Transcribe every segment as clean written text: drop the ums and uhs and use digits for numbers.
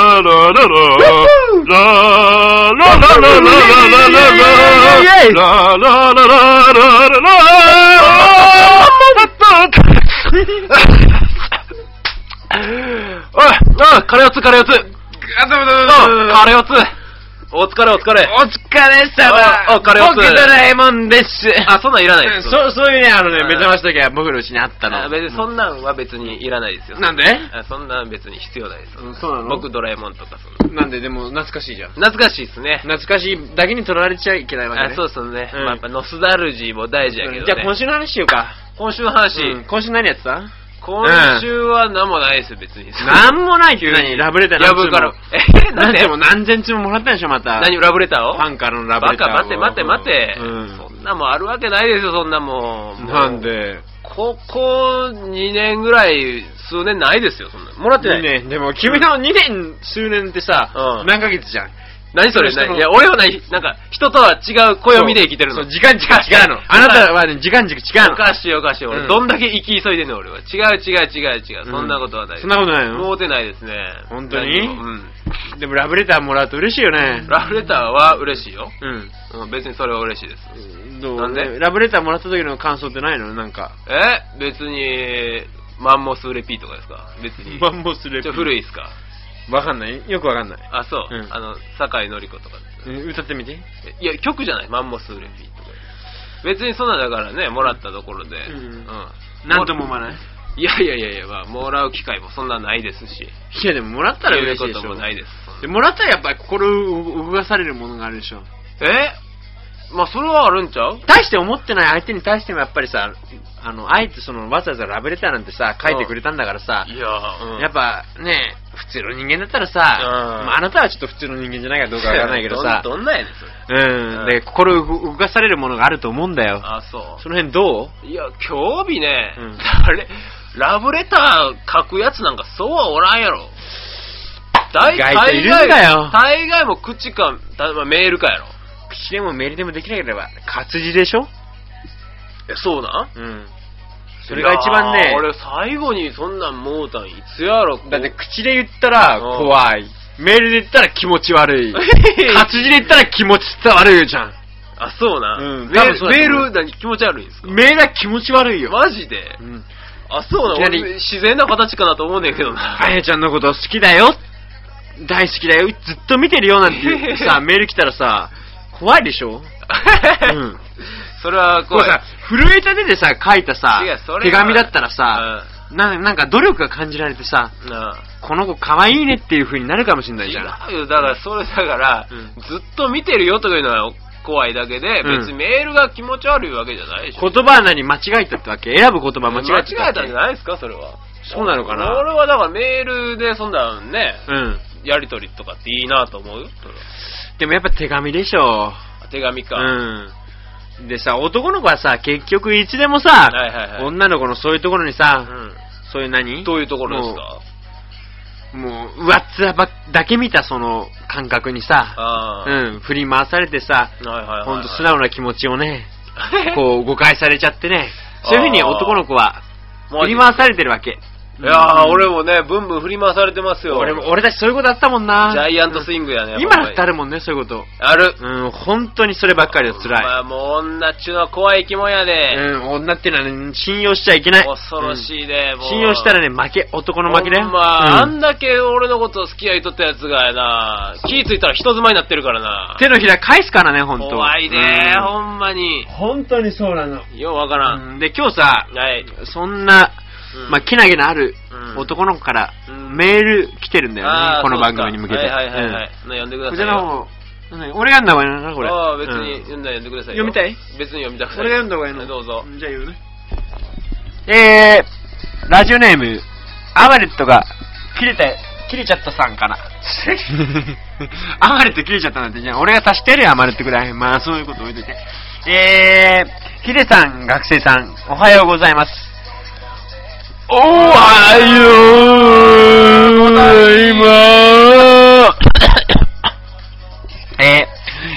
カレー4つ。カレー4つ。お疲れ。 お疲れ様。 カレー4つ。 僕ドラえもんです。 そんなんいらないです。 そういうね、目覚まし時は僕のうちにあったの。 別にそんなんは別にいらないですよ。 なんで？ そんなん別に必要ないです。 そうなの？ 僕ドラえもんとかなんで、でも懐かしいじゃん。 懐かしいですね。 懐かしいだけに取られちゃいけないわけね。 そうですね。やっぱノスタルジーも大事やけどね。 じゃあ今週の話しようか。 今週の話。 今週何やってた？ 今週は何もないですよ、別に。 何もないって何？ラブレター何通も。 なんでも何千通ももらったんでしょ、また。 何、ラブレターを？ ファンからのラブレターを。 バカ、待て。そんなもんあるわけないですよ、そんなもん。 なんで？ ここ2年ぐらい、数年ないですよ、そんな。もらってない。 2年。でも君の2年、数年ってさ、何ヶ月じゃん。 何それ？いや、俺はなんか、人とは違う暦で生きてるの。 時間軸違うの。あなたはね、時間軸違うの。 おかしい。俺、どんだけ生き急いでんの、俺は。違う。そんなことはない。 そんなことないの？ もうてないですね。 本当に？でもラブレターもらうと嬉しいよね。 ラブレターは嬉しいよ。別にそれは嬉しいです。 なんで？ラブレターもらった時の感想ってないの？なんか。 別に、マンモスレピーとかですか？別に。 マンモスレピー。 古いっすか？ わかんない？よくわかんない。 そう。酒井のり子とか。 歌ってみて。 いや、曲じゃない。マンモスレピーとか。別にそんなだからね、もらったところで。 なんとも思わない？ いや、まあ、もらう機会もそんなないですし。 いや、でももらったら嬉しいでしょ。 こともないです。 でもらったらやっぱり心動かされるものがあるでしょ。 まあ、それはあるんちゃう？ 大して思ってない相手に対してもやっぱりさ、あえてわざわざラブレターなんてさ、書いてくれたんだからさ、やっぱね、普通の人間だったらさ、まあ、あなたはちょっと普通の人間じゃないかどうかわからないけどさ、 どんなやねん、それ。 で、心動かされるものがあると思うんだよ。 そう。 その辺どう？いや、興味ね、ラブレター書くやつなんかそうはおらんやろ。 意外といるんだよ。 大概も口か、メールかやろ。 口でもメールでもできなければ活字でしょ？ そうなん？ それが一番ね。 俺最後にそんなんもうたんいつやろ。 だって口で言ったら怖い。メールで言ったら気持ち悪い。活字で言ったら気持ち伝わるじゃん。 そうな。メール何気持ち悪いんですか？ メールは気持ち悪いよ。 マジで？そうな。俺自然な形かなと思うねんけどな。 あやちゃんのこと好きだよ。大好きだよ。ずっと見てるよなんてさ、メール来たらさ、怖いでしょ？ それは怖い。 さ、震えた手でさ、書いたさ、手紙だったらさ、なんか努力が感じられてさ、この子可愛いねっていう風になるかもしれないじゃん。 違うよ。だからそれだから、ずっと見てるよというのは怖いだけで、別にメールが気持ち悪いわけじゃないでしょ。 言葉は何間違えたってわけ？選ぶ言葉間違えたってわけ？ 間違えたんじゃないですか、それは。 そうなのかな？ 俺はだからメールでそんなんね、やりとりとかっていいなと思うよ。 でもやっぱ手紙でしょ。 手紙か。 でさ、男の子はさ、結局いつでもさ、女の子のそういうところにさ、そういう何？ どういうところですか？ もう、上っ面だけ見たその感覚にさ、振り回されてさ、ほんと素直な気持ちをね、こう誤解されちゃってね、そういう風に男の子は振り回されてるわけ。 いやー、俺もね、ブンブン振り回されてますよ。 俺たちそういうことあったもんな。 ジャイアントスイングやね。 今だってあるもんね、そういうこと。 ある。 本当にそればっかりで辛い。 まあ、もう女っちゅうのは怖い生き物やで。 女ってのはね、信用しちゃいけない。 恐ろしいで、もう。 信用したらね、負け。男の負けだよ。 あんだけ俺のこと好きや言っとったやつがやな、気ついたら人妻になってるからな。 手のひら返すからね、ほんと。 怖いで、ほんまに。 本当にそうなの。 ようわからん。 で、今日さ、そんな、まあ、けなげなある男の子からメール来てるんだよね、この番組に向けて。 読んでください。 こちらの方、俺が読んだ方がいいのかな、これ。 別に読んでください。 読みたい？ 別に読みたくない。 俺が読んだ方がいいの？ どうぞ。 じゃあ言うね。ラジオネーム、アマレットが切れちゃったさんかな。アマレット切れちゃったなんて、じゃあ俺が足してやるよ、アマレットぐらい。まあそういうこと置いといて。ヒデさん、学生さん、おはようございます。おはようございます。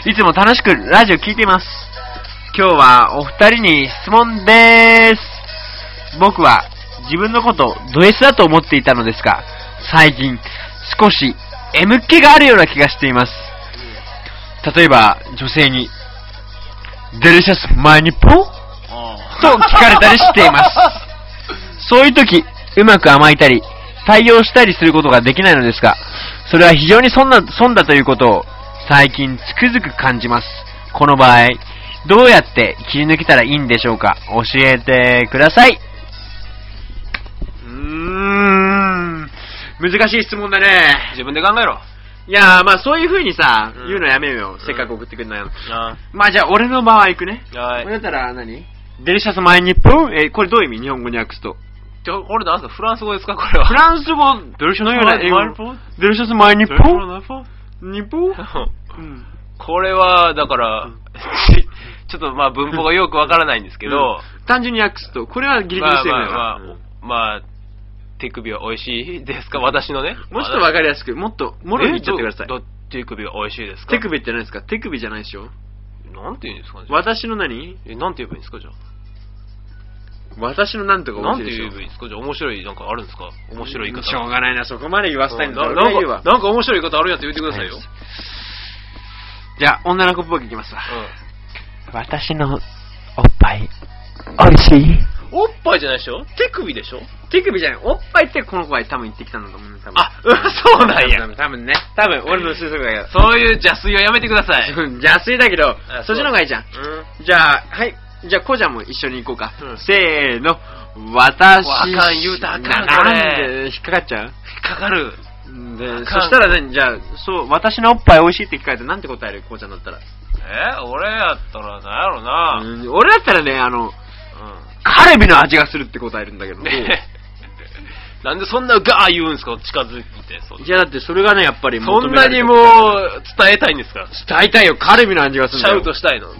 いつも楽しくラジオ聞いています。今日はお二人に質問でーす。 僕は自分のことをド S だと思っていたのですが、最近少し M 気があるような気がしています。例えば女性にデリシャスマイニポと聞かれたりしています。そういう時うまく甘えたり対応したりすることができないのですが、それは非常に損だということを最近つくづく感じます。この場合どうやって切り抜けたらいいんでしょうか。教えてください。難しい質問だね。 自分で考えろ。 いやー、まあそういう風にさ、言うのやめようよ。せっかく送ってくるのよ。まあじゃあ俺の場合行くね。俺だったら何？デリシャスマイニップ？これどういう意味？日本語に訳すと。 これなんすか？フランス語ですかこれは。 フランス語、デリシャスマイニップ？デリシャスマイニップ？ニップ？ これは、だから、ちょっとまあ文法がよくわからないんですけど、 単純に訳すと、これはギリギリセーフだよ。 まあ、手首は美味しいですか私のね。 もうちょっとわかりやすく、もっと、もろに言っちゃってください。 手首は美味しいですか？ 手首って何ですか？手首じゃないでしょ？ なんて言うんですかね？ 私の何？ なんて言えばいいんですかじゃあ。 私のなんとか面白いでしょ？なんて言えばいいんですかじゃあ面白いなんかあるんですか？面白い言い方。 しょうがないな、そこまで言わせたいんだからなんか面白い言い方あるやつ言ってくださいよ。 じゃあ、女の子っぽくいきますわ。 私のおっぱい、おいしい？ おっぱいじゃないでしょ？手首でしょ？ 手首じゃない。おっぱいってこの子は多分言ってきたんだと思う。多分。 そうなんや。 多分ね。多分、俺の推測だけど。 そういう邪推はやめてください。 邪推だけど、そっちの方がいいじゃん。じゃあ、はい。じゃあ、こうちゃんも一緒に行こうか。せーの。私。 わかん、言うたらあかん、 なんで引っかかっちゃう？ 引っかかる。 で、そしたらね、じゃあ、そう、私のおっぱい美味しいって聞かれてなんて答える？こうちゃんだったら。 俺やったらなんやろな。 俺だったらね、カルビの味がするって答えるんだけど。 なんでそんなガー言うんすか近づいて。 いやだってそれがね、やっぱりそんなにもう伝えたいんですか？ 伝えたいよ、カルビの味がするんだよ。 シャウトしたいの？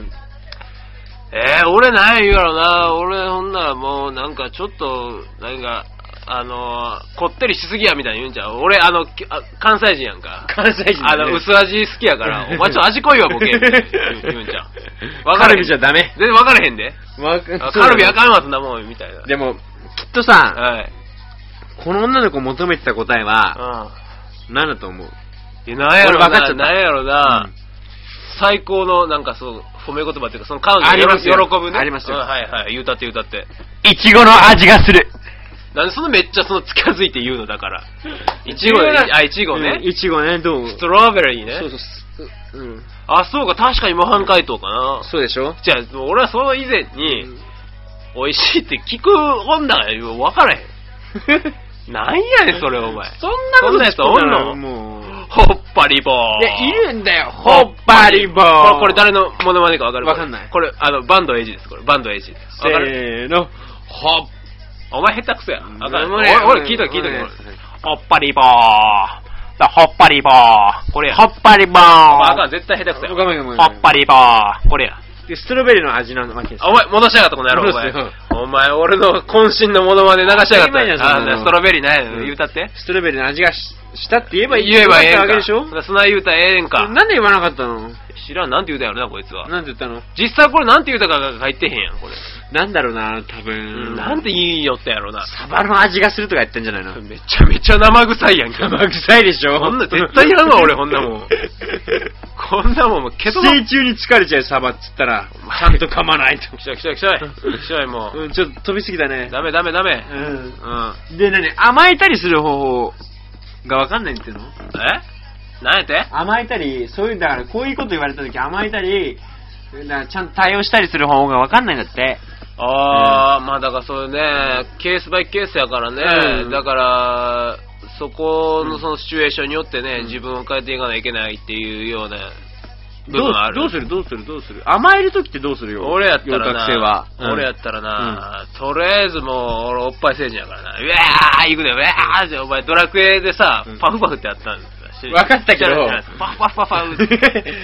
俺なん言うやろな。俺ほんならもうなんかちょっと、なんか、こってりしすぎやみたいに言うんちゃう？俺関西人やんか。 関西人、ね、 薄味好きやから、お前ちょっと味濃いわボケって言うんちゃう？ カルビじゃダメ。 全然分からへんで。カルビあかんわそんなもんみたいな。 でも、きっとさ、この女の子求めてた答えは、何だと思う？ なんやろな、なんやろな、最高のなんかそう褒め言葉っていうかその彼女が喜ぶね。 ありますよ。 はいはい、言うたって。 いちごの味がする。 なんでそのめっちゃその近づいて言うのだから。いちごね。 いちごね、どう？ ストロベリーね。 そう。 そうか、確かに模範解答かな。 そうでしょ？ じゃあ、俺はその以前に、美味しいって聞く女が分からへん。なんやねん、それお前。 そんなやつおんの？ もう。ほっぱりぼー。 いるんだよ、ほっぱりぼー。 これ誰のモノマネか分かる？ 分かんない。 これ、バンドエイジです、これ。バンドエイジ。 せーの。 お前下手くそや。俺聞いとけ。ほっぱりぼー。ほっぱりぼー。これや。 ほっぱりぼー。 あかん、絶対下手くそや。 ごめん。 ほっぱりぼー。これや。 ストロベリーの味なわけです。 お前、戻しやがったこの野郎、お前、俺の渾身のモノマネ流しやがった。ストロベリーない言うたって。 ストロベリーの味がしたって言えばいいわけでしょ？そんな言うたらええんか。 なんで言わなかったの？ 知らん、なんて言うたやろな、こいつは。 なんて言ったの？ 実際これなんて言うたかが書いてへんやん、これ。 なんだろうな、多分。 なんて言いよったやろな。 サバの味がするとか言ってんじゃないの？ めちゃめちゃ生臭いやんか。 生臭いでしょ？ こんな絶対やんわ、俺、こんなもん。こんなもん、 寄生虫に疲れちゃうサバっつったら、ちゃんと噛まないと。 来たい、もう。 ちょっと飛びすぎだね。 ダメ。 で、甘えたりする方法がわかんないっていうの？ 何やって？ 甘えたり、そういう、だからこういうこと言われた時甘えたり、ちゃんと対応したりする方法がわかんないんだって。 まあだからそうね、ケースバイケースやからね、だから、そこのそのシチュエーションによってね、自分を変えていかないといけないっていうような部分ある。 どうする甘えるときってどうするよ？ 俺やったらな、 幼学生は。 俺やったらな、とりあえずもう、俺おっぱい成人やからな、うわー行くね、うわーじゃあお前ドラクエでさ、パフパフってやったんですよ。 分かったけど、 パフパフって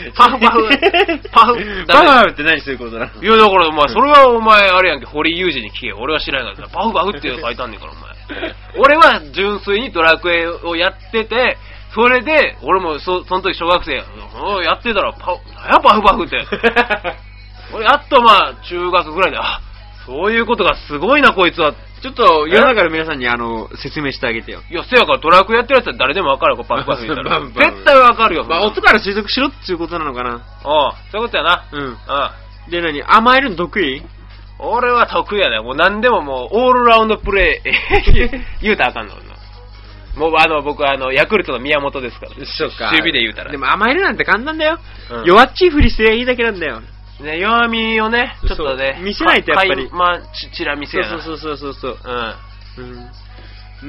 何することなの？ いやだからお前、それはお前あれやんけ、堀裕二に聞けよ。俺は知らないからパフパフって書いたんねんからお前。俺は純粋にドラクエをやってて、それで俺もその時小学生やってたらパフパフって俺やっとまあ中学ぐらいでそういうことがすごいな、こいつは。 ちょっと世の中の皆さんに説明してあげてよ。 いや、せやからドラクエやってるやつは誰でもわかるよ、パフパフ言ったら。 バンバン絶対わかるよ。 まあ、音から推測しろっていうことなのかな。 そういうことやな。 うん。で、何甘えるの得意？ 俺は得意やね。もう何でももう、オールラウンドプレイ、言うたらあかんの。もう僕はヤクルトの宮本ですから。 そうか。 守備で言うたら。 でも甘えるなんて簡単だよ。 うん、 弱っちいふりすりゃいいだけなんだよ。 ね、弱みをね、ちょっとね。 見せないとやっぱり。 まあ、ちら見せやな。 そう。 うん。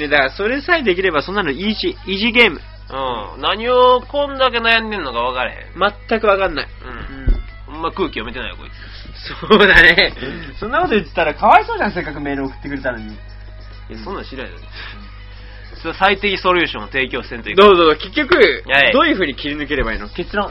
ね、だからそれさえできればそんなのイージーゲーム。 うん。何をこんだけ悩んでんのか分からへん。 全く分かんない。 ほんま空気読めてないよ、こいつ。 そうだね。そんなこと言ってたらかわいそうじゃん、せっかくメール送ってくれたのに。 いや、そんなん知らないよ。それ最適ソリューションを提供せんといけどうぞ、結局、 はいどういう風に切り抜ければいいの？結論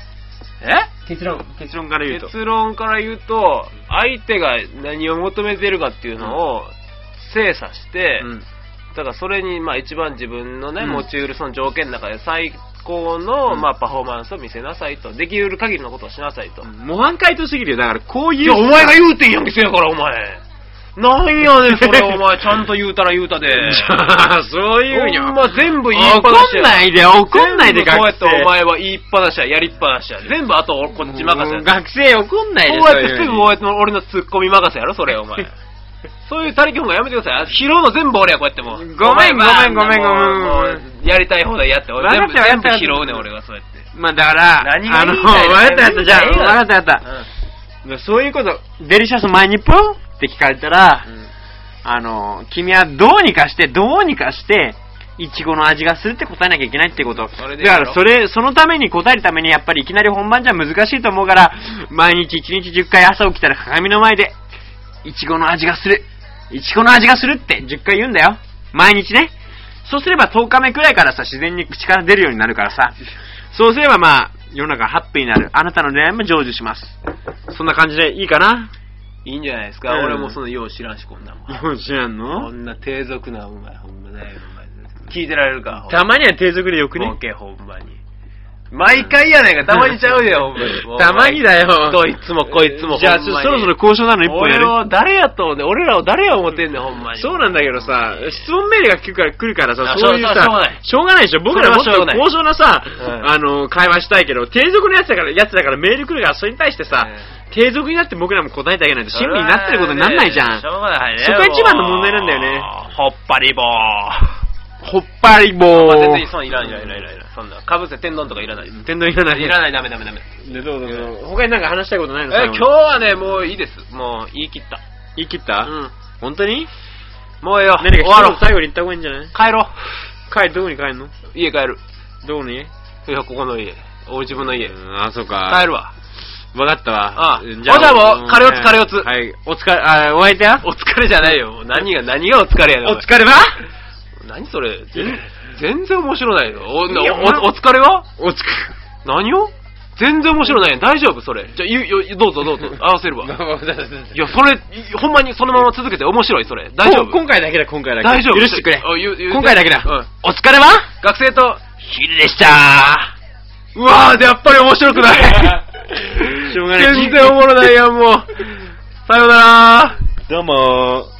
から言うと。 結論から言うと、相手が何を求めてるかっていうのを精査して、だからそれに一番自分のね、持ち得るその条件の中で最高のパフォーマンスを見せなさいと。できる限りのことをしなさいと。 模範解答すぎるよ。だからこういう。 いや、お前が言うてんやんけ、せやから、お前。なんやねん、それ、お前、ちゃんと言うたら言うたで。 そういうには。 ほんま全部言いっぱなしや。 怒んないで、 こうやってお前は言いっぱなしや、やりっぱなしや。全部あとこっち任せや。 学生怒んないで。 こうやってすぐこうやって俺のツッコミ任せやろ、それ、お前。そういう他力本がやめてください。拾うの全部俺や、こうやってもう。 ごめん。 やりたい放題やって、俺全部拾うね、俺がそうやって。 まあだから、 何がいいんだよ。 わかった。そういうこと、デリシャスマイニップって聞かれたら、君はどうにかして、いちごの味がするって答えなきゃいけないってこと。だからそのために答えるためにやっぱりいきなり本番じゃ難しいと思うから、毎日1日10回朝起きたら鏡の前で、いちごの味がするって10回言うんだよ。毎日ね。そうすれば10日目くらいからさ、自然に口から出るようになるからさ。そうすれば世の中ハッピーになる。あなたの恋愛も成就します。そんな感じでいいかな？ いいんじゃないですか。俺もそのよう知らんし、こんなんも。 よう知らんの？ こんな低俗な、お前、ほんまね、お前。聞いてられるか。 たまには低俗でよくね。 ボケ、ほんまに。毎回やないか、たまにちゃうよ、ほんまに。 たまにだよ。 どいつもこいつも。 じゃあ、そろそろ交渉なの一本やる。 俺らを誰や思ってんねん、ほんまに。 そうなんだけどさ、質問メールが来るからさ、 そういうさ、 しょうがないでしょ。僕らもっと交渉なさ、会話したいけど、低俗のやつだからメール来るから、それに対してさ、低俗になって僕らも答えてあげないと親身になってることにならないじゃん。 しょうがないね。 そこが一番の問題なんだよね。 ほっぱり棒。 ほっぱり棒。 全然そんいらん。そんな。かぶせ天丼とかいらない。 天丼いらない。 いらない、ダメ。 で、どうぞ。他になんか話したいことないの？ 今日はね、もういいです。もう言い切った。 言い切った？ うん。 本当に？ もうええよ。 何か終わろう。最後に言った方がいいんじゃない？ 帰ろう。 どこに帰るの？ 家帰る。 どこの家？ いや、ここの家。自分の家。 そうか。 帰るわ。 わかったわ。 ああ。じゃあもう、カレオツ。 はい。お相手は？ お疲れじゃないよ。何がお疲れやねん。 お疲れは？ 何それ？全然面白ないよ。お疲れは？何を？全然面白ないやん。大丈夫それ。じゃあ、どうぞ。合わせるわ。いや、それ、ほんまにそのまま続けて面白い、それ。大丈夫？ 今回だけだ。 大丈夫？ 許してくれ。 今回だけだ。お疲れは？ 学生と、 ヒデでした。 うわぁ、やっぱり面白くない。 しょうがない。 全然おもろないやん、もう。さようなら。 どうもー。